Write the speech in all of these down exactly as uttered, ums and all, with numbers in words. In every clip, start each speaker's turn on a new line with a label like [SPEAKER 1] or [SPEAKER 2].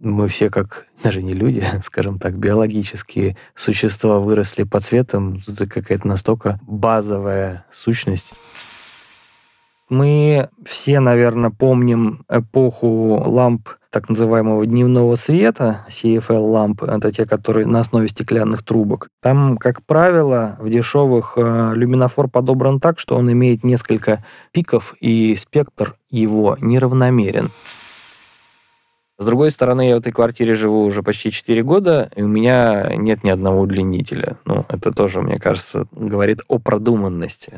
[SPEAKER 1] Мы все как, даже не люди, скажем так, биологические существа выросли под светом. Это какая-то настолько базовая сущность. Мы все, наверное, помним эпоху ламп так называемого дневного света, си эф эл-лампы, это те, которые на основе стеклянных трубок. Там, как правило, в дешевых э, люминофор подобран так, что он имеет несколько пиков, и спектр его неравномерен. С другой стороны, я в этой квартире живу уже почти четыре года, и у меня нет ни одного удлинителя. Ну, это тоже, мне кажется, говорит о продуманности.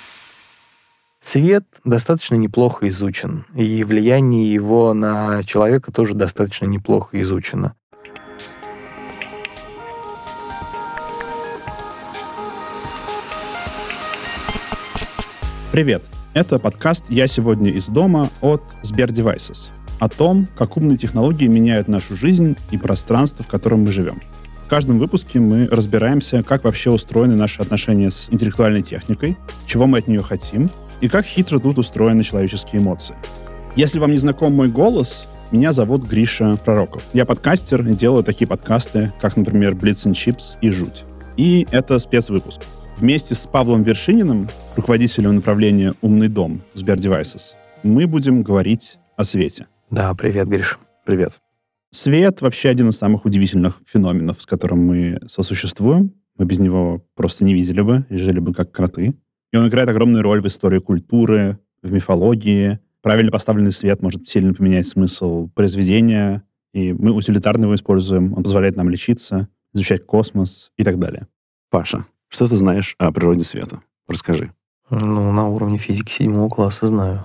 [SPEAKER 1] Цвет достаточно неплохо изучен, и влияние его на человека тоже достаточно неплохо изучено.
[SPEAKER 2] Привет! Это подкаст «Я сегодня из дома» от Сбер Devices. О том, как умные технологии меняют нашу жизнь и пространство, в котором мы живем. В каждом выпуске мы разбираемся, как вообще устроены наши отношения с интеллектуальной техникой, чего мы от нее хотим, и как хитро тут устроены человеческие эмоции. Если вам не знаком мой голос, меня зовут Гриша Пророков. Я подкастер и делаю такие подкасты, как, например, Blitz and Chips и Жуть. И это спецвыпуск. Вместе с Павлом Вершининым, руководителем направления «Умный дом» Сбер Devices, мы будем говорить о свете.
[SPEAKER 1] Да, привет, Гриш.
[SPEAKER 2] Привет. Свет вообще один из самых удивительных феноменов, с которым мы сосуществуем. Мы без него просто не видели бы и жили бы как кроты. И он играет огромную роль в истории культуры, в мифологии. Правильно поставленный свет может сильно поменять смысл произведения, и мы утилитарно его используем. Он позволяет нам лечиться, изучать космос и так далее.
[SPEAKER 3] Паша, что ты знаешь о природе света? Расскажи.
[SPEAKER 1] Ну, на уровне физики седьмого класса знаю.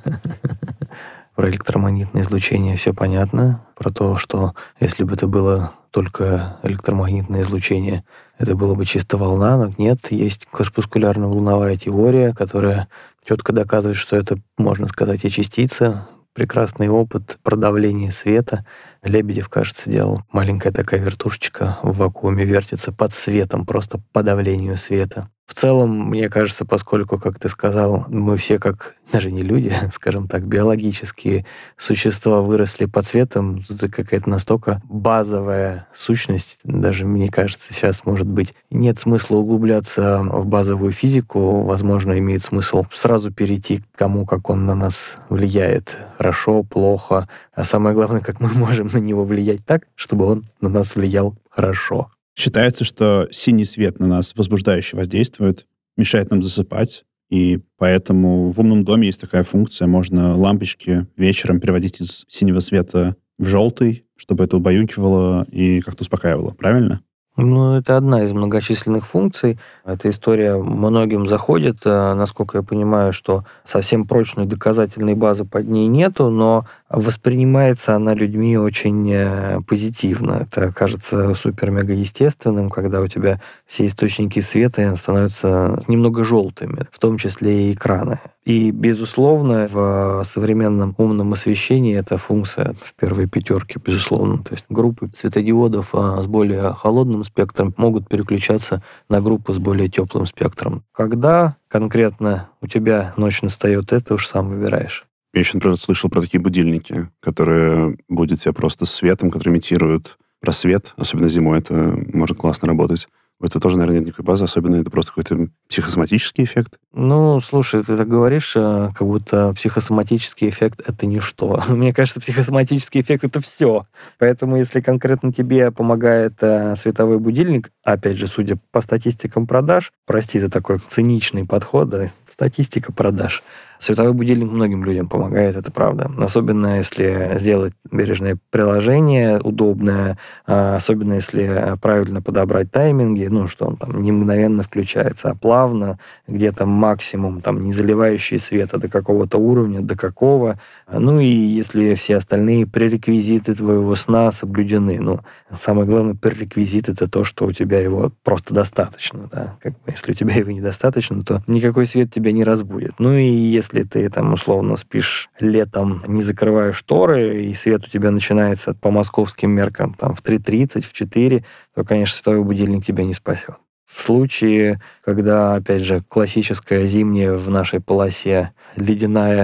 [SPEAKER 1] Про электромагнитное излучение все понятно. Про то, что если бы это было только электромагнитное излучение, это было бы чисто волна, но нет, есть корпускулярно-волновая теория, которая четко доказывает, что это, можно сказать, и частица. Прекрасный опыт продавления света. Лебедев, кажется, делал. Маленькая такая вертушечка в вакууме вертится под светом, просто по давлению света. В целом, мне кажется, поскольку, как ты сказал, мы все как, даже не люди, скажем так, биологические существа выросли под светом, это какая-то настолько базовая сущность, даже, мне кажется, сейчас, может быть, нет смысла углубляться в базовую физику, возможно, имеет смысл сразу перейти к тому, как он на нас влияет, хорошо, плохо, а самое главное, как мы можем на него влиять так, чтобы он на нас влиял хорошо.
[SPEAKER 2] Считается, что синий свет на нас возбуждающе воздействует, мешает нам засыпать, и поэтому в умном доме есть такая функция, можно лампочки вечером переводить из синего света в желтый, чтобы это убаюкивало и как-то успокаивало, правильно?
[SPEAKER 1] Ну, это одна из многочисленных функций. Эта история многим заходит. Насколько я понимаю, что совсем прочной доказательной базы под ней нету, но воспринимается она людьми очень позитивно. Это кажется супер-мега естественным, когда у тебя все источники света становятся немного желтыми, в том числе и экраны. И, безусловно, в современном умном освещении эта функция в первой пятерке, безусловно. То есть группы светодиодов с более холодным спектром могут переключаться на группу с более теплым спектром. Когда конкретно у тебя ночь настает, это уж сам выбираешь.
[SPEAKER 3] Я еще, например, слышал про такие будильники, которые будут тебе просто светом, который имитирует просвет. Особенно зимой это может классно работать. Это тоже, наверное, нет никакой базы, особенно это просто какой-то психосоматический эффект.
[SPEAKER 1] Ну, слушай, ты так говоришь, как будто психосоматический эффект — это ничто. Мне кажется, психосоматический эффект — это все. Поэтому, если конкретно тебе помогает световой будильник, опять же, судя по статистикам продаж, прости за такой циничный подход, да, статистика продаж, световой будильник многим людям помогает, это правда. Особенно, если сделать бережное приложение, удобное, особенно, если правильно подобрать тайминги, ну, что он там не мгновенно включается, а плавно, где-то максимум, там, не заливающий света до какого-то уровня, до какого. Ну, и если все остальные пререквизиты твоего сна соблюдены. Ну, самое главное пререквизит — это то, что у тебя его просто достаточно, да. Как бы, если у тебя его недостаточно, то никакой свет тебя не разбудит. Ну, и если Если ты там условно спишь летом, не закрывая шторы, и свет у тебя начинается по московским меркам там, в три тридцать, в четыре, то, конечно, световой будильник тебя не спасет. В случае, когда, опять же, классическая зимняя в нашей полосе ледяная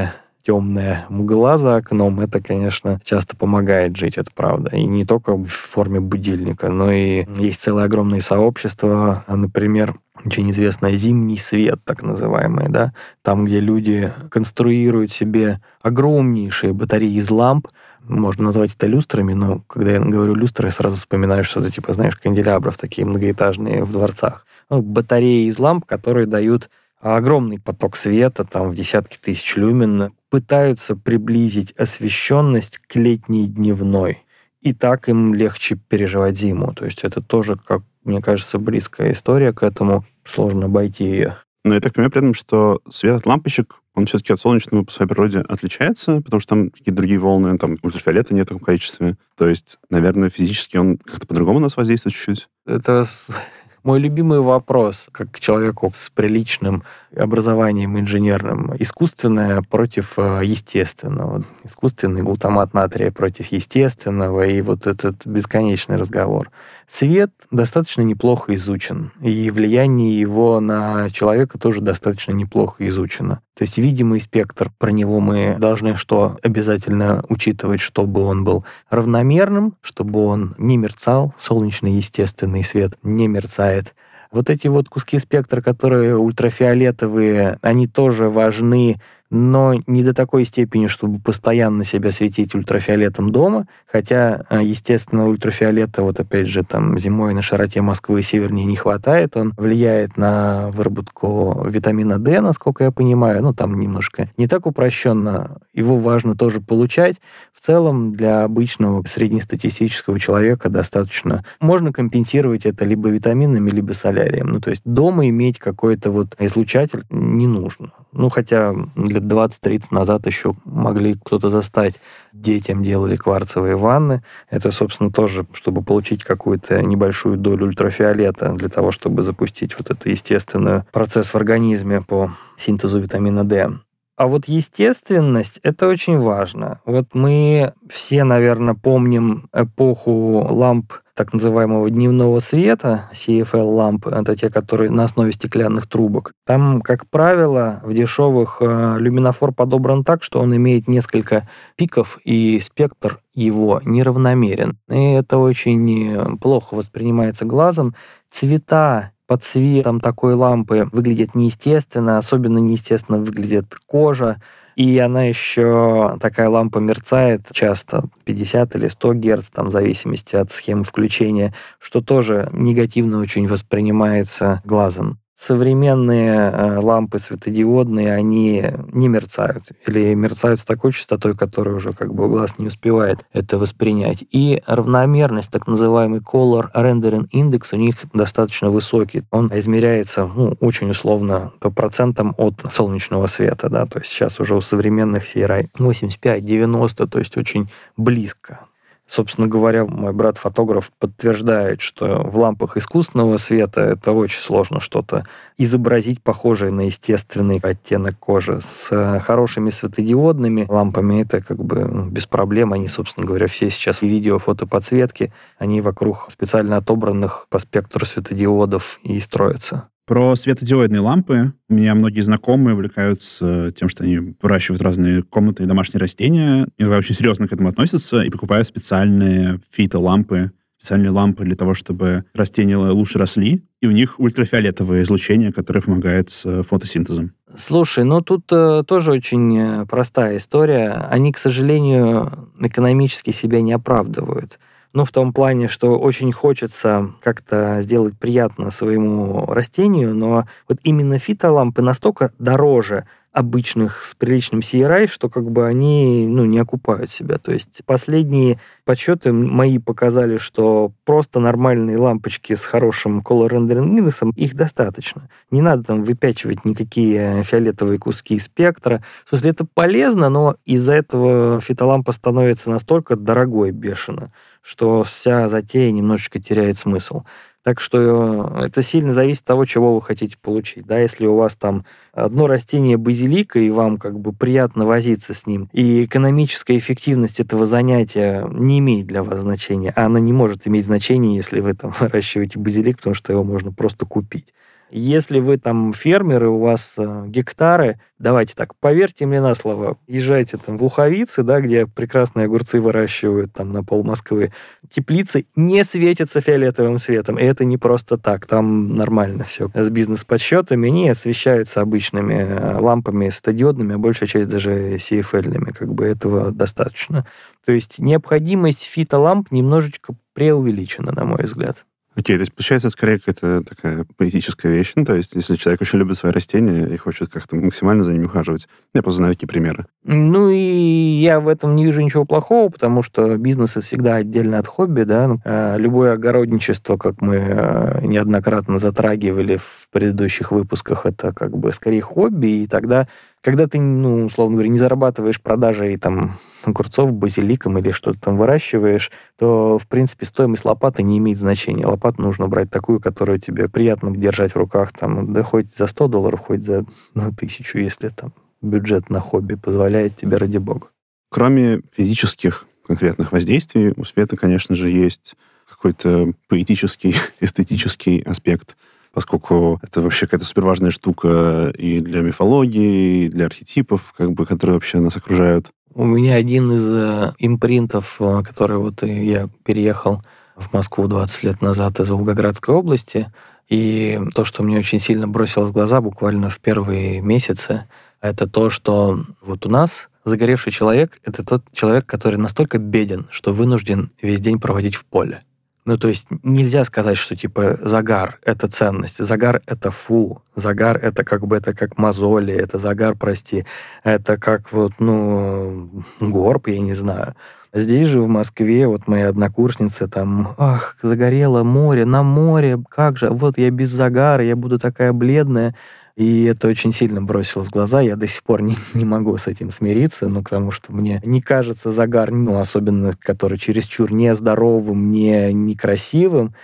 [SPEAKER 1] темная мгла за окном, это, конечно, часто помогает жить, это правда. И не только в форме будильника, но и есть целое огромное сообщество, например, очень известный зимний свет, так называемый, да, там, где люди конструируют себе огромнейшие батареи из ламп. Можно назвать это люстрами, но когда я говорю люстры, я сразу вспоминаю что-то типа, знаешь, канделябров, такие многоэтажные в дворцах. Ну, батареи из ламп, которые дают огромный поток света, там, в десятки тысяч люмен, пытаются приблизить освещенность к летней дневной. И так им легче переживать зиму. То есть это тоже, как мне кажется, близкая история к этому. Сложно обойти ее.
[SPEAKER 3] Но я так понимаю при этом, что свет от лампочек, он все-таки от солнечного по своей природе отличается, потому что там какие-то другие волны, там ультрафиолета нет в таком количестве. То есть, наверное, физически он как-то по-другому на нас воздействует чуть-чуть.
[SPEAKER 1] Это мой любимый вопрос, как к человеку с приличным образованием инженерным. Искусственное против естественного. Искусственный глутамат натрия против естественного. И вот этот бесконечный разговор. Свет достаточно неплохо изучен. И влияние его на человека тоже достаточно неплохо изучено. То есть видимый спектр, про него мы должны что обязательно учитывать, чтобы он был равномерным, чтобы он не мерцал. Солнечный естественный свет не мерцает. Вот эти вот куски спектра, которые ультрафиолетовые, они тоже важны, но не до такой степени, чтобы постоянно себя светить ультрафиолетом дома, хотя, естественно, ультрафиолета, вот опять же, там зимой на широте Москвы и севернее не хватает, он влияет на выработку витамина D, насколько я понимаю, ну, там немножко не так упрощенно, его важно тоже получать. В целом, для обычного среднестатистического человека достаточно, можно компенсировать это либо витаминами, либо солярием. Ну, то есть дома иметь какой-то вот излучатель не нужно. Ну, хотя лет двадцать-тридцать назад еще могли кто-то застать. Детям делали кварцевые ванны. Это, собственно, тоже, чтобы получить какую-то небольшую долю ультрафиолета для того, чтобы запустить вот этот естественный процесс в организме по синтезу витамина D. А вот естественность — это очень важно. Вот мы все, наверное, помним эпоху ламп так называемого дневного света, си эф эл-ламп, это те, которые на основе стеклянных трубок. Там, как правило, в дешевых люминофор подобран так, что он имеет несколько пиков, и спектр его неравномерен. И это очень плохо воспринимается глазом. Цвета под светом такой лампы выглядят неестественно, особенно неестественно выглядит кожа, и она еще, такая лампа мерцает часто пятьдесят или сто герц, там, в зависимости от схемы включения, что тоже негативно очень воспринимается глазом. Современные э, лампы светодиодные, они не мерцают. Или мерцают с такой частотой, которая уже как бы глаз не успевает это воспринять. И равномерность, так называемый Color Rendering Index, у них достаточно высокий. Он измеряется, ну, очень условно по процентам от солнечного света. Да? То есть сейчас уже у современных си эр ай восемьдесят пять - девяносто, то есть очень близко. Собственно говоря, мой брат-фотограф подтверждает, что в лампах искусственного света это очень сложно что-то изобразить похожее на естественный оттенок кожи. С хорошими светодиодными лампами это как бы без проблем. Они, собственно говоря, все сейчас в видео, фотоподсветки, они вокруг специально отобранных по спектру светодиодов и строятся.
[SPEAKER 2] Про светодиодные лампы. У меня многие знакомые увлекаются тем, что они выращивают разные комнаты и домашние растения, и очень серьезно к этому относятся, и покупают специальные фитолампы, специальные лампы для того, чтобы растения лучше росли, и у них ультрафиолетовое излучение, которое помогает с фотосинтезом.
[SPEAKER 1] Слушай, ну тут э, тоже очень простая история. Они, к сожалению, экономически себя не оправдывают. Ну, в том плане, что очень хочется как-то сделать приятно своему растению, но вот именно фитолампы настолько дороже обычных с приличным си эр ай, что как бы они, ну, не окупают себя. То есть последние подсчеты мои показали, что просто нормальные лампочки с хорошим Color Rendering Index, их достаточно. Не надо там выпячивать никакие фиолетовые куски спектра. В смысле, это полезно, но из-за этого фитолампа становится настолько дорогой бешено, что вся затея немножечко теряет смысл. Так что это сильно зависит от того, чего вы хотите получить. Да, если у вас там одно растение базилика, и вам как бы приятно возиться с ним, и экономическая эффективность этого занятия не имеет для вас значения, а она не может иметь значения, если вы там выращиваете базилик, потому что его можно просто купить. Если вы там фермеры, у вас э, гектары, давайте так, поверьте мне на слово, езжайте там в Луховицы, да, где прекрасные огурцы выращивают там на пол Москвы, теплицы не светятся фиолетовым светом, и это не просто так, там нормально все. С бизнес-подсчетами они освещаются обычными лампами светодиодными, а большая часть даже си эф эль-ными, как бы этого достаточно. То есть необходимость фитоламп немножечко преувеличена, на мой взгляд.
[SPEAKER 3] Окей, то есть, получается, это скорее какая-то такая поэтическая вещь. Ну, то есть, если человек очень любит свои растения и хочет как-то максимально за ними ухаживать. Я просто знаю такие примеры.
[SPEAKER 1] Ну, и я в этом не вижу ничего плохого, потому что бизнес всегда отдельно от хобби, да. Любое огородничество, как мы неоднократно затрагивали в предыдущих выпусках, это как бы скорее хобби, и тогда, когда ты, ну, условно говоря, не зарабатываешь продажей там огурцов, базиликом или что-то там выращиваешь, то, в принципе, стоимость лопаты не имеет значения. Лопату нужно брать такую, которую тебе приятно держать в руках, там, да хоть за сто долларов, хоть за ну, тысячу, если там бюджет на хобби позволяет тебе, ради бога.
[SPEAKER 3] Кроме физических конкретных воздействий, у света, конечно же, есть какой-то поэтический, эстетический аспект, поскольку это вообще какая-то суперважная штука и для мифологии, и для архетипов, как бы, которые вообще нас окружают.
[SPEAKER 1] У меня один из э, импринтов, э, который вот я переехал в Москву двадцать лет назад из Волгоградской области, и то, что мне очень сильно бросилось в глаза буквально в первые месяцы, это то, что вот у нас загоревший человек — это тот человек, который настолько беден, что вынужден весь день проводить в поле. Ну, то есть нельзя сказать, что, типа, загар — это ценность, загар — это фу, загар — это как бы, это как мозоли, это загар, прости, это как вот, ну, горб, я не знаю. Здесь же, в Москве, вот мои однокурсницы там, ах, загорело море, на море, как же, вот я без загара, я буду такая бледная. И это очень сильно бросилось в глаза. Я до сих пор не, не могу с этим смириться, ну, потому что мне не кажется загар, ну, особенно, который чересчур нездоровым, не, некрасивым.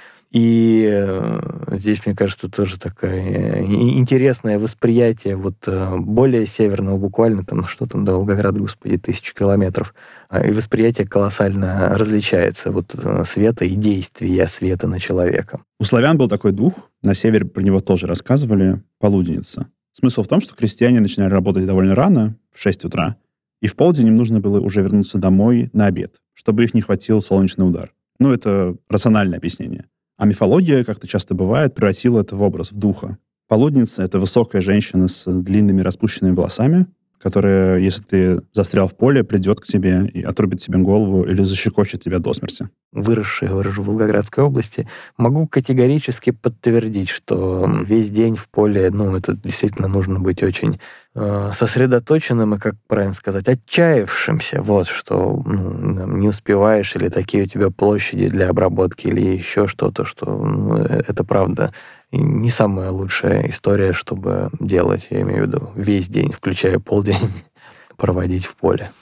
[SPEAKER 1] И э, здесь, мне кажется, тоже такое интересное восприятие вот э, более северного, буквально там, что там до Волгограда, господи, тысячи километров. И восприятие колоссально различается вот э, света и действия света на человека.
[SPEAKER 2] У славян был такой дух, на севере про него тоже рассказывали, полуденница. Смысл в том, что крестьяне начинали работать довольно рано, в шесть утра, и в полдень им нужно было уже вернуться домой на обед, чтобы их не хватил солнечный удар. Ну, это рациональное объяснение. А мифология, как-то часто бывает, превратила это в образ, в духа. Полудница — это высокая женщина с длинными распущенными волосами, которая, если ты застрял в поле, придет к тебе и отрубит тебе голову или защекочет тебя до смерти.
[SPEAKER 1] Выросший в Волгоградской области, могу категорически подтвердить, что весь день в поле, ну, это действительно нужно быть очень э, сосредоточенным и, как правильно сказать, отчаявшимся. Вот, что ну, не успеваешь, или такие у тебя площади для обработки, или еще что-то, что ну, это правда не самая лучшая история, чтобы делать, я имею в виду, весь день, включая полдень, проводить в поле.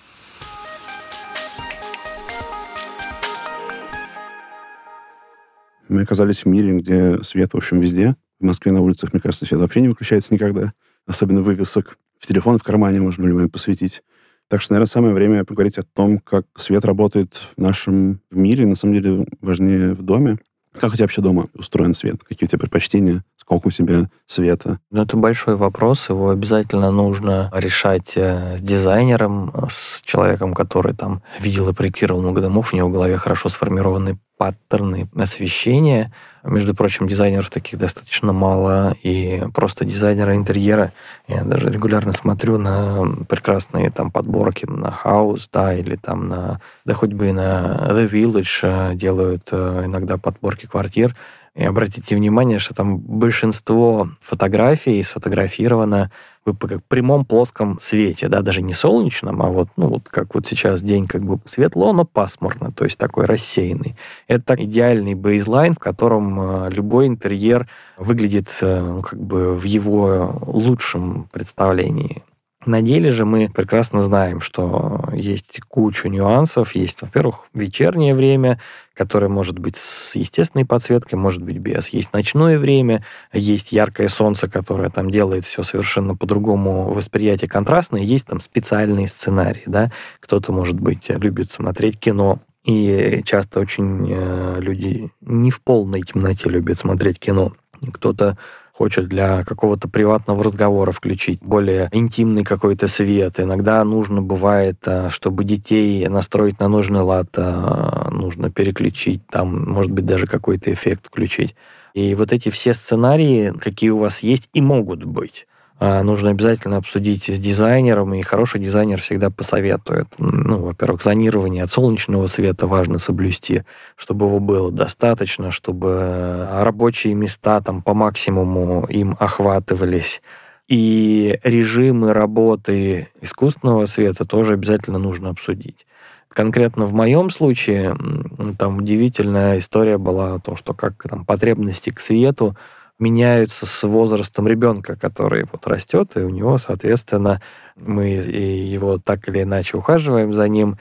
[SPEAKER 3] Мы оказались в мире, где свет, в общем, везде. В Москве на улицах, мне кажется, свет вообще не выключается никогда. Особенно вывесок. В телефон в кармане можно в любой посветить. Так что, наверное, самое время поговорить о том, как свет работает в нашем в мире. На самом деле, важнее в доме. Как у тебя вообще дома устроен свет? Какие у тебя предпочтения? Сколько у тебя света?
[SPEAKER 1] Ну, это большой вопрос. Его обязательно нужно решать с дизайнером, с человеком, который там видел и проектировал много домов. У него в голове хорошо сформированы паттерны освещения. Между прочим, дизайнеров таких достаточно мало, и просто дизайнеры интерьера. Я даже регулярно смотрю на прекрасные там подборки на House, да, или там на, да хоть бы и на The Village делают иногда подборки квартир. И обратите внимание, что там большинство фотографий сфотографировано в прямом плоском свете, да, даже не солнечном, а вот, ну, вот как вот сейчас день как бы светло, но пасмурно, то есть такой рассеянный. Это идеальный бейзлайн, в котором любой интерьер выглядит ну, как бы в его лучшем представлении. На деле же мы прекрасно знаем, что есть куча нюансов. Есть, во-первых, вечернее время, которое может быть с естественной подсветкой, может быть без. Есть ночное время, есть яркое солнце, которое там делает все совершенно по-другому, восприятие контрастное. Есть там специальные сценарии, да. Кто-то, может быть, любит смотреть кино, и часто очень э, люди не в полной темноте любят смотреть кино. Кто-то хочет для какого-то приватного разговора включить более интимный какой-то свет. Иногда нужно бывает, чтобы детей настроить на нужный лад, нужно переключить, там, может быть, даже какой-то эффект включить. И вот эти все сценарии, какие у вас есть и могут быть, нужно обязательно обсудить с дизайнером, и хороший дизайнер всегда посоветует. Ну, во-первых, зонирование от солнечного света важно соблюсти, чтобы его было достаточно, чтобы рабочие места там по максимуму им охватывались. И режимы работы искусственного света тоже обязательно нужно обсудить. Конкретно в моем случае там удивительная история была о том, что как там потребности к свету меняются с возрастом ребенка, который вот растет, и у него, соответственно, мы его так или иначе ухаживаем за ним,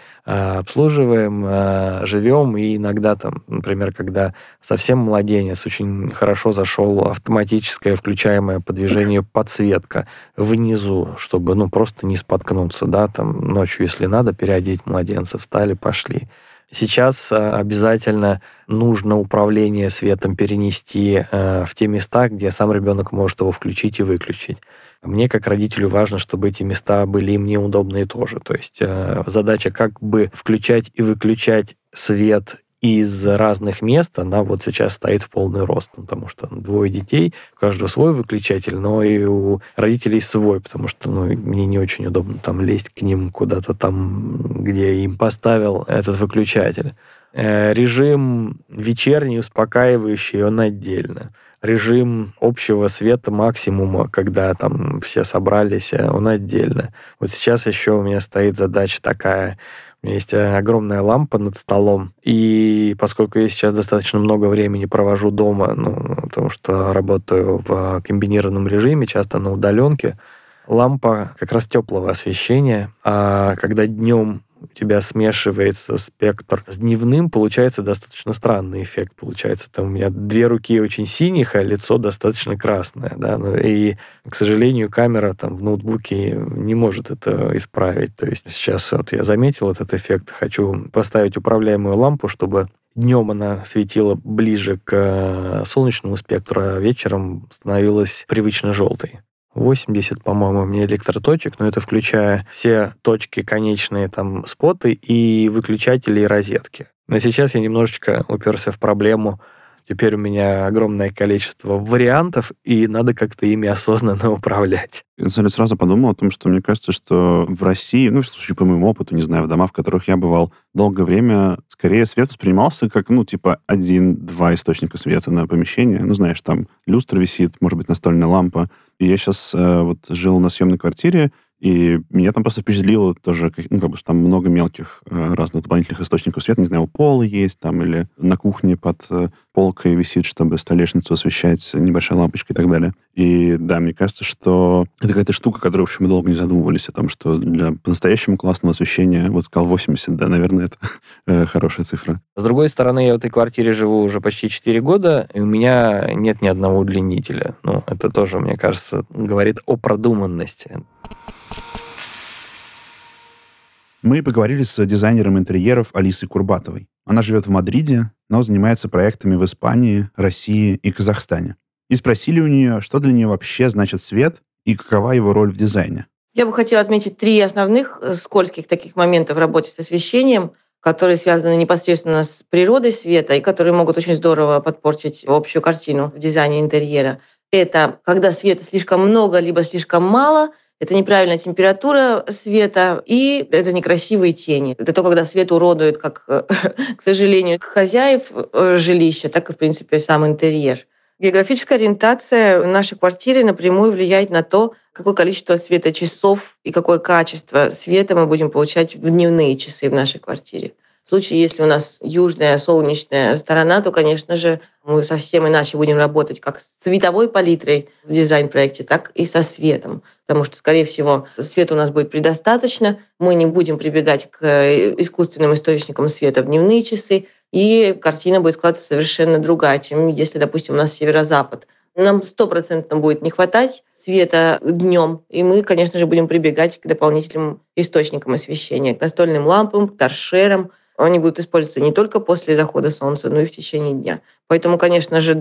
[SPEAKER 1] обслуживаем, живем, и иногда там, например, когда совсем младенец, очень хорошо зашел автоматическая включаемая по движению подсветка внизу, чтобы, ну, просто не споткнуться, да, там ночью, если надо, переодеть младенца, встали, пошли. Сейчас обязательно нужно управление светом перенести в те места, где сам ребенок может его включить и выключить. Мне, как родителю, важно, чтобы эти места были им неудобные тоже. То есть задача как бы включать и выключать свет из разных мест, она вот сейчас стоит в полный рост, потому что двое детей, у каждого свой выключатель, но и у родителей свой, потому что ну, мне не очень удобно там лезть к ним куда-то там, где я им поставил этот выключатель. Э, режим вечерний, успокаивающий, он отдельно. Режим общего света максимума, когда там все собрались, он отдельно. Вот сейчас еще у меня стоит задача такая. У меня есть огромная лампа над столом, и поскольку я сейчас достаточно много времени провожу дома, ну, потому что работаю в комбинированном режиме, часто на удаленке, лампа как раз теплого освещения, а когда днем у тебя смешивается спектр с дневным, получается достаточно странный эффект. Получается, там у меня две руки очень синих, а лицо достаточно красное. Да? Ну, и, к сожалению, камера там в ноутбуке не может это исправить. То есть сейчас вот я заметил этот эффект. Хочу поставить управляемую лампу, чтобы днем она светила ближе к солнечному спектру, а вечером становилась привычно желтой. восемьдесят, по-моему, у меня электроточек, но это включая все точки конечные, там, споты и выключатели, и розетки. Но сейчас я немножечко уперся в проблему. Теперь у меня огромное количество вариантов, и надо как-то ими осознанно управлять.
[SPEAKER 3] Я сразу подумал о том, что мне кажется, что в России, ну, в случае по моему опыту, не знаю, в домах, в которых я бывал долгое время, скорее свет воспринимался как, ну, типа, один-два источника света на помещение. Ну, знаешь, там люстра висит, может быть, настольная лампа. И я сейчас э, вот жил на съемной квартире, и меня там просто впечатлило тоже, ну, как бы, что там много мелких э, разных дополнительных источников света. Не знаю, у пола есть там, или на кухне под э, полкой висит, чтобы столешницу освещать, небольшая лампочка и так далее. И да, мне кажется, что это какая-то штука, которой, в общем, мы долго не задумывались о том, что для по-настоящему классного освещения, вот сказал восемьдесят, да, наверное, это э, хорошая цифра.
[SPEAKER 1] С другой стороны, я в этой квартире живу уже почти четыре года, и у меня нет ни одного удлинителя. Ну, это тоже, мне кажется, говорит о продуманности.
[SPEAKER 2] Мы поговорили с дизайнером интерьеров Алисой Курбатовой. Она живет в Мадриде, но занимается проектами в Испании, России и Казахстане. И спросили у нее, что для нее вообще значит свет и какова его роль в дизайне.
[SPEAKER 4] Я бы хотела отметить три основных скользких таких момента в работе с освещением, которые связаны непосредственно с природой света и которые могут очень здорово подпортить общую картину в дизайне интерьера. Это когда света слишком много, либо слишком мало, это неправильная температура света и это некрасивые тени. Это то, когда свет уродует, как, к сожалению, хозяев жилища, так и, в принципе, сам интерьер. Географическая ориентация в нашей квартире напрямую влияет на то, какое количество светочасов и какое качество света мы будем получать в дневные часы в нашей квартире. В случае, если у нас южная солнечная сторона, то, конечно же, мы совсем иначе будем работать как с цветовой палитрой в дизайн-проекте, так и со светом. Потому что, скорее всего, света у нас будет предостаточно, мы не будем прибегать к искусственным источникам света в дневные часы, и картина будет складываться совершенно другая, чем если, допустим, у нас северо-запад. Нам стопроцентно будет не хватать света днем, и мы, конечно же, будем прибегать к дополнительным источникам освещения, к настольным лампам, к торшерам. Они будут использоваться не только после захода солнца, но и в течение дня. Поэтому, конечно же, да,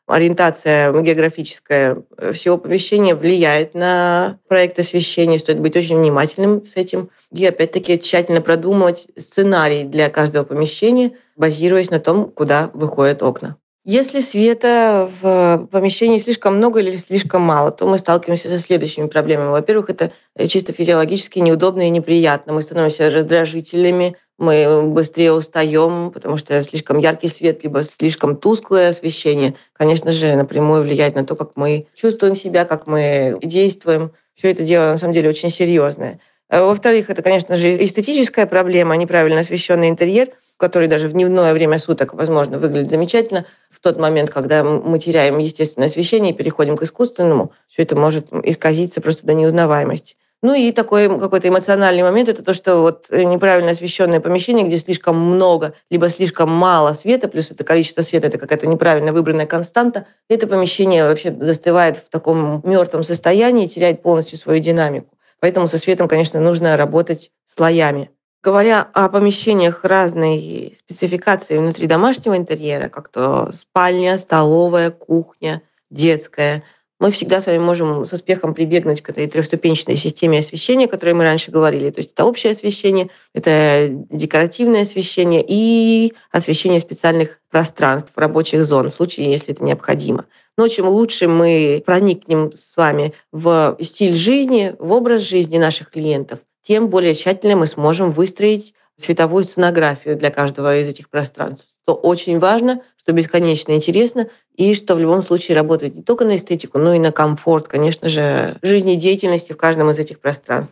[SPEAKER 4] ориентация географическая всего помещения влияет на проект освещения. Стоит быть очень внимательным с этим. И опять-таки тщательно продумывать сценарий для каждого помещения, базируясь на том, куда выходят окна. Если света в помещении слишком много или слишком мало, то мы сталкиваемся со следующими проблемами. Во-первых, это чисто физиологически неудобно и неприятно. Мы становимся раздражительными, мы быстрее устаем, потому что слишком яркий свет, либо слишком тусклое освещение, конечно же, напрямую влияет на то, как мы чувствуем себя, как мы действуем. Все это дело, на самом деле, очень серьезное. Во-вторых, это, конечно же, эстетическая проблема, неправильно освещенный интерьер, который даже в дневное время суток, возможно, выглядит замечательно. В тот момент, когда мы теряем естественное освещение и переходим к искусственному, все это может исказиться просто до неузнаваемости. Ну и такой какой-то эмоциональный момент — это то, что вот неправильно освещенное помещение, где слишком много, либо слишком мало света, плюс это количество света — это какая-то неправильно выбранная константа, это помещение вообще застывает в таком мертвом состоянии, теряет полностью свою динамику. Поэтому со светом, конечно, нужно работать слоями. Говоря о помещениях разной спецификации внутри домашнего интерьера, как то спальня, столовая, кухня, детская, мы всегда с вами можем с успехом прибегнуть к этой трехступенчатой системе освещения, о которой мы раньше говорили. То есть это общее освещение, это декоративное освещение и освещение специальных пространств, рабочих зон, в случае, если это необходимо. Но чем лучше мы проникнем с вами в стиль жизни, в образ жизни наших клиентов, тем более тщательно мы сможем выстроить цветовую сценографию для каждого из этих пространств. Что очень важно, что бесконечно интересно, и что в любом случае работает не только на эстетику, но и на комфорт, конечно же, жизнедеятельности в каждом из этих пространств.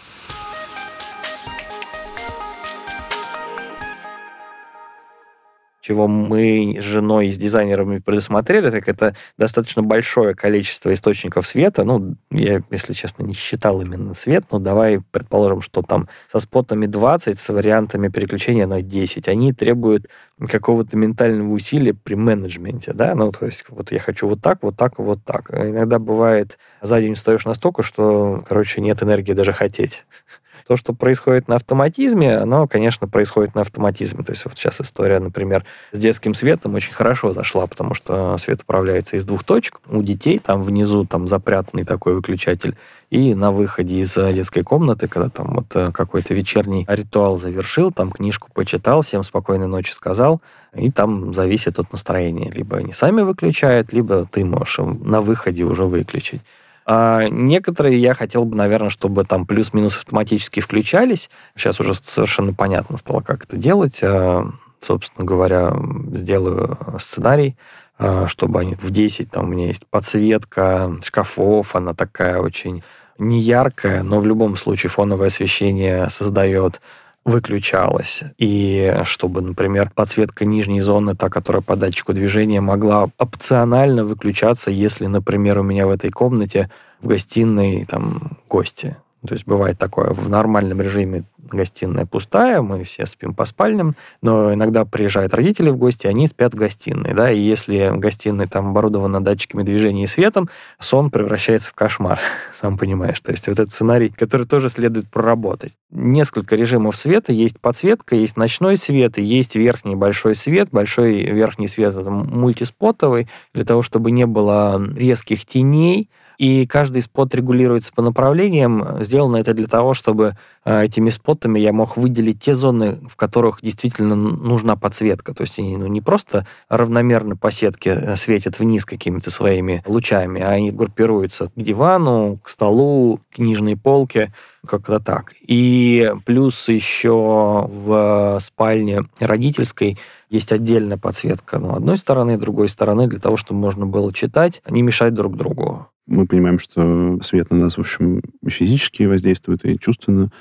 [SPEAKER 1] Чего мы с женой и с дизайнерами предусмотрели, так это достаточно большое количество источников света. Ну, я, если честно, не считал именно свет, но давай предположим, что там со спотами двадцать, с вариантами переключения на десять. Они требуют какого-то ментального усилия при менеджменте, да, ну, то есть вот я хочу вот так, вот так, вот так. Иногда бывает, за день встаешь настолько, что, короче, нет энергии даже хотеть. То, что происходит на автоматизме, оно, конечно, происходит на автоматизме. То есть вот сейчас история, например, с детским светом очень хорошо зашла, потому что свет управляется из двух точек. У детей там внизу там запрятанный такой выключатель, и на выходе из детской комнаты, когда там вот какой-то вечерний ритуал завершил, там книжку почитал, всем спокойной ночи сказал, и там зависит от настроения. Либо они сами выключают, либо ты можешь на выходе уже выключить. А некоторые я хотел бы, наверное, чтобы там плюс-минус автоматически включались. Сейчас уже совершенно понятно стало, как это делать. Собственно говоря, сделаю сценарий, чтобы они в десять, там у меня есть подсветка шкафов, она такая очень неяркая, но в любом случае фоновое освещение создает, выключалась. И чтобы, например, подсветка нижней зоны, та, которая по датчику движения, могла опционально выключаться, если, например, у меня в этой комнате в гостиной там гости. То есть бывает такое, в нормальном режиме гостиная пустая, мы все спим по спальням, но иногда приезжают родители в гости, они спят в гостиной, да, и если гостиная там оборудована датчиками движения и светом, сон превращается в кошмар, сам понимаешь. То есть вот этот сценарий, который тоже следует проработать. Несколько режимов света, есть подсветка, есть ночной свет, и есть верхний большой свет, большой верхний свет это мультиспотовый, для того, чтобы не было резких теней, и каждый спот регулируется по направлениям. Сделано это для того, чтобы этими спотами я мог выделить те зоны, в которых действительно нужна подсветка. То есть они ну, не просто равномерно по сетке светят вниз какими-то своими лучами, а они группируются к дивану, к столу, к нижней полке, как-то так. И плюс еще в спальне родительской есть отдельная подсветка, ну, одной стороны, другой стороны, для того, чтобы можно было читать, не мешать друг другу.
[SPEAKER 3] Мы понимаем, что свет на нас, в общем, и физически воздействует, и чувственно,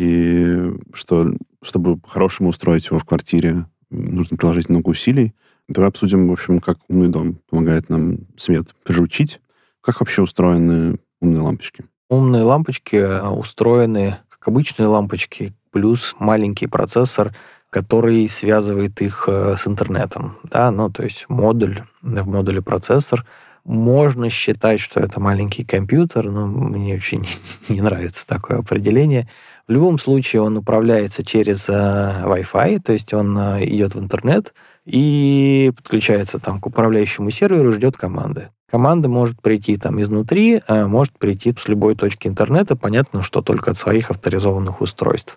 [SPEAKER 3] и что, чтобы по-хорошему устроить его в квартире, нужно приложить много усилий. Давай обсудим, в общем, как умный дом помогает нам свет приручить. Как вообще устроены умные лампочки?
[SPEAKER 1] Умные лампочки устроены как обычные лампочки, плюс маленький процессор, который связывает их с интернетом. Да? Ну, то есть модуль, в модуле процессор. Можно считать, что это маленький компьютер, но мне очень не нравится такое определение. В любом случае он управляется через Wi-Fi, то есть он идет в интернет, и подключается там к управляющему серверу и ждет команды. Команда может прийти там изнутри, а может прийти с любой точки интернета, понятно, что только от своих авторизованных устройств.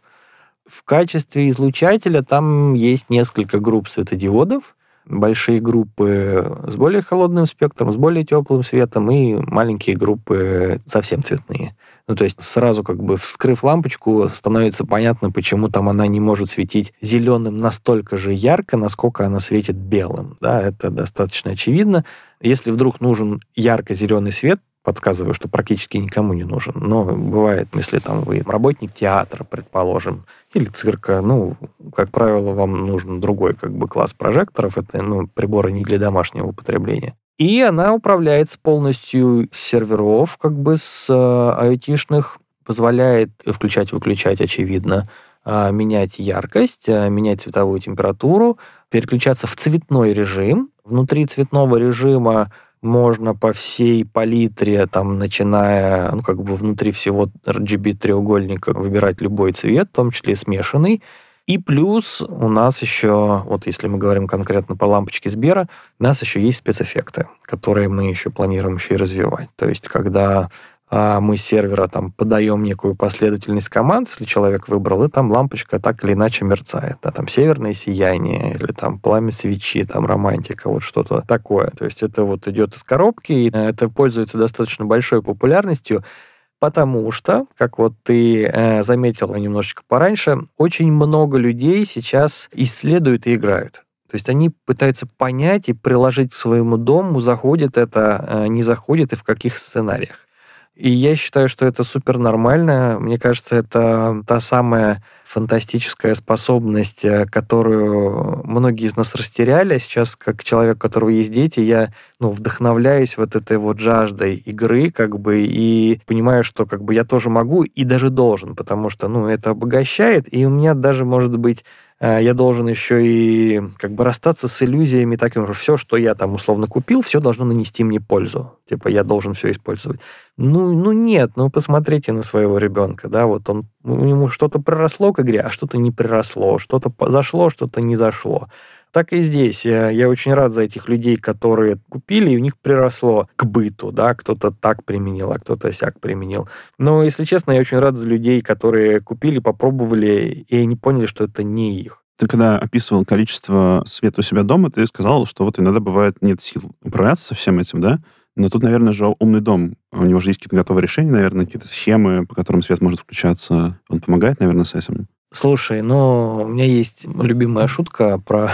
[SPEAKER 1] В качестве излучателя там есть несколько групп светодиодов, большие группы с более холодным спектром, с более теплым светом и маленькие группы совсем цветные. Ну, то есть сразу как бы вскрыв лампочку, становится понятно, почему там она не может светить зеленым настолько же ярко, насколько она светит белым. Да, это достаточно очевидно. Если вдруг нужен ярко-зеленый свет, подсказываю, что практически никому не нужен. Но бывает, если там вы работник театра, предположим, или цирка, ну, как правило, вам нужен другой как бы класс прожекторов. Это, ну, приборы не для домашнего употребления. И она управляется полностью с серверов, как бы с ай о ти-шных, позволяет включать-выключать, очевидно, менять яркость, менять цветовую температуру, переключаться в цветной режим. Внутри цветного режима можно по всей палитре, там, начиная, ну, как бы внутри всего эр джи би-треугольника выбирать любой цвет, в том числе смешанный. И плюс у нас еще, вот если мы говорим конкретно по лампочке Сбера, у нас еще есть спецэффекты, которые мы еще планируем еще и развивать. То есть, когда а, мы с сервера там подаем некую последовательность команд, если человек выбрал, и там лампочка так или иначе мерцает. Да, там северное сияние, или там пламя свечи, там романтика, вот что-то такое. То есть это вот идет из коробки, и это пользуется достаточно большой популярностью, потому что, как вот ты э, заметила немножечко пораньше, очень много людей сейчас исследуют и играют. То есть они пытаются понять и приложить к своему дому, заходит это, э, не заходит и в каких сценариях. И я считаю, что это супер нормально. Мне кажется, это та самая фантастическая способность, которую многие из нас растеряли. Сейчас, как человек, у которого есть дети, я ну, вдохновляюсь вот этой вот жаждой игры, как бы, и понимаю, что как бы я тоже могу и даже должен, потому что ну, это обогащает, и у меня даже, может быть, я должен еще и как бы расстаться с иллюзиями таким, что все, что я там условно купил, все должно нанести мне пользу. Типа я должен все использовать. Ну, ну нет, ну посмотрите на своего ребенка, да, вот он, ему что-то приросло к игре, а что-то не приросло, что-то зашло, что-то не зашло. Так и здесь. Я очень рад за этих людей, которые купили, и у них приросло к быту, да, кто-то так применил, а кто-то сяк применил. Но, если честно, я очень рад за людей, которые купили, попробовали, и не поняли, что это не их.
[SPEAKER 3] Ты когда описывал количество света у себя дома, ты сказал, что вот иногда бывает нет сил управляться со всем этим, да? Но тут, наверное, же умный дом. У него же есть какие-то готовые решения, наверное, какие-то схемы, по которым свет может включаться. Он помогает, наверное, с этим?
[SPEAKER 1] Слушай, ну, у меня есть любимая шутка про...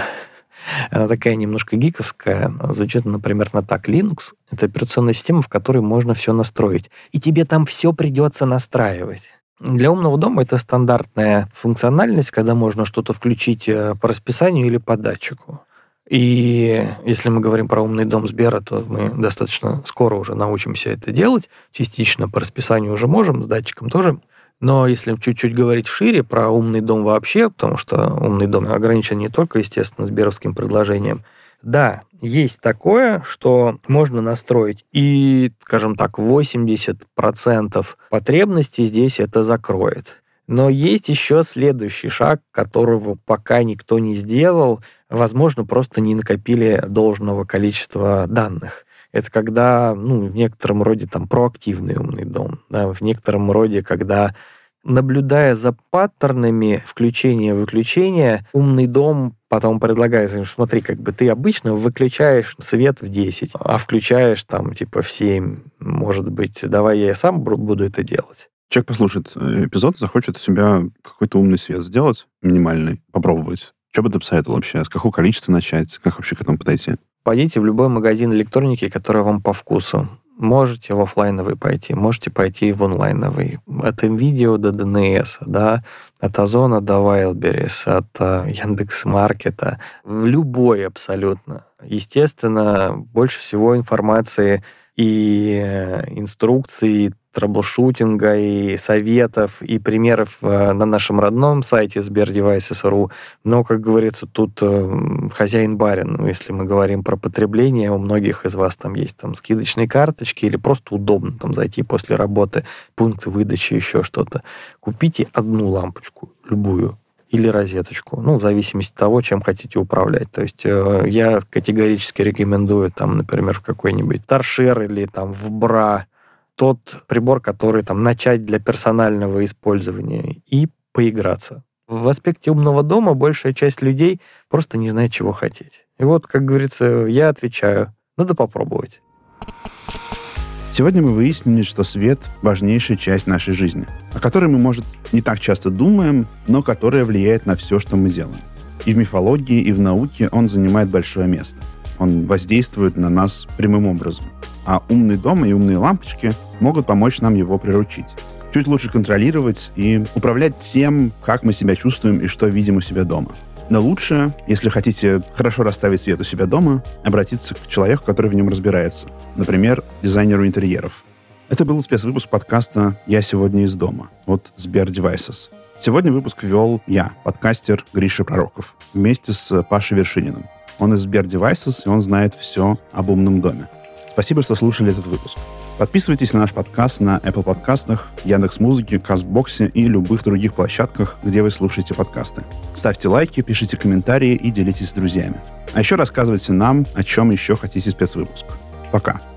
[SPEAKER 1] Она такая немножко гиковская. Звучит, например, на так. Linux — это операционная система, в которой можно все настроить. И тебе там все придется настраивать. Для умного дома это стандартная функциональность, когда можно что-то включить по расписанию или по датчику. И если мы говорим про умный дом Сбера, то мы достаточно скоро уже научимся это делать. Частично по расписанию уже можем, с датчиком тоже. Но если чуть-чуть говорить шире про умный дом вообще, потому что умный дом ограничен не только, естественно, сберовским предложением, да, есть такое, что можно настроить, и, скажем так, восемьдесят процентов потребностей здесь это закроет. Но есть еще следующий шаг, которого пока никто не сделал, возможно, просто не накопили должного количества данных. Это когда, ну, в некотором роде там проактивный умный дом, да, в некотором роде, когда, наблюдая за паттернами включения-выключения, умный дом потом предлагает, смотри, как бы ты обычно выключаешь свет в десять, а включаешь там типа в семь, может быть, давай я сам буду это делать.
[SPEAKER 3] Человек послушает эпизод, захочет у себя какой-то умный свет сделать, минимальный, попробовать. Что бы ты посоветовал вообще? С какого количества начать? Как вообще к этому подойти?
[SPEAKER 1] Пойдите в любой магазин электроники, который вам по вкусу. Можете в офлайновый пойти, можете пойти в онлайновый. От NVIDIA до ди эн эс, да, от Озона до Wildberries, от Яндекс.Маркета. В любой абсолютно. Естественно, больше всего информации и инструкций, трэблшутинга, и советов, и примеров на нашем родном сайте сбердевайсес точка ру. Но, как говорится, тут хозяин-барин. Если мы говорим про потребление, у многих из вас там есть там скидочные карточки или просто удобно там зайти после работы, пункт выдачи, еще что-то. Купите одну лампочку, любую, или розеточку, ну, в зависимости от того, чем хотите управлять. То есть э, я категорически рекомендую, там, например, в какой-нибудь торшер или там в бра тот прибор, который там начать для персонального использования и поиграться. В аспекте умного дома большая часть людей просто не знает, чего хотеть. И вот, как говорится, я отвечаю, надо попробовать.
[SPEAKER 2] Сегодня мы выяснили, что свет – важнейшая часть нашей жизни, о которой мы, может, не так часто думаем, но которая влияет на все, что мы делаем. И в мифологии, и в науке он занимает большое место. Он воздействует на нас прямым образом. А умный дом и умные лампочки могут помочь нам его приручить. Чуть лучше контролировать и управлять тем, как мы себя чувствуем и что видим у себя дома. Но лучше, если хотите хорошо расставить свет у себя дома, обратиться к человеку, который в нем разбирается. Например, дизайнеру интерьеров. Это был спецвыпуск подкаста «Я сегодня из дома» от Сбер Devices. Сегодня выпуск вел я, подкастер Гриша Пророков, вместе с Пашей Вершининым. Он из Сбер Devices, и он знает все об умном доме. Спасибо, что слушали этот выпуск. Подписывайтесь на наш подкаст на Apple подкастах, Яндекс.Музыке, Кастбоксе и любых других площадках, где вы слушаете подкасты. Ставьте лайки, пишите комментарии и делитесь с друзьями. А еще рассказывайте нам, о чем еще хотите спецвыпуск. Пока.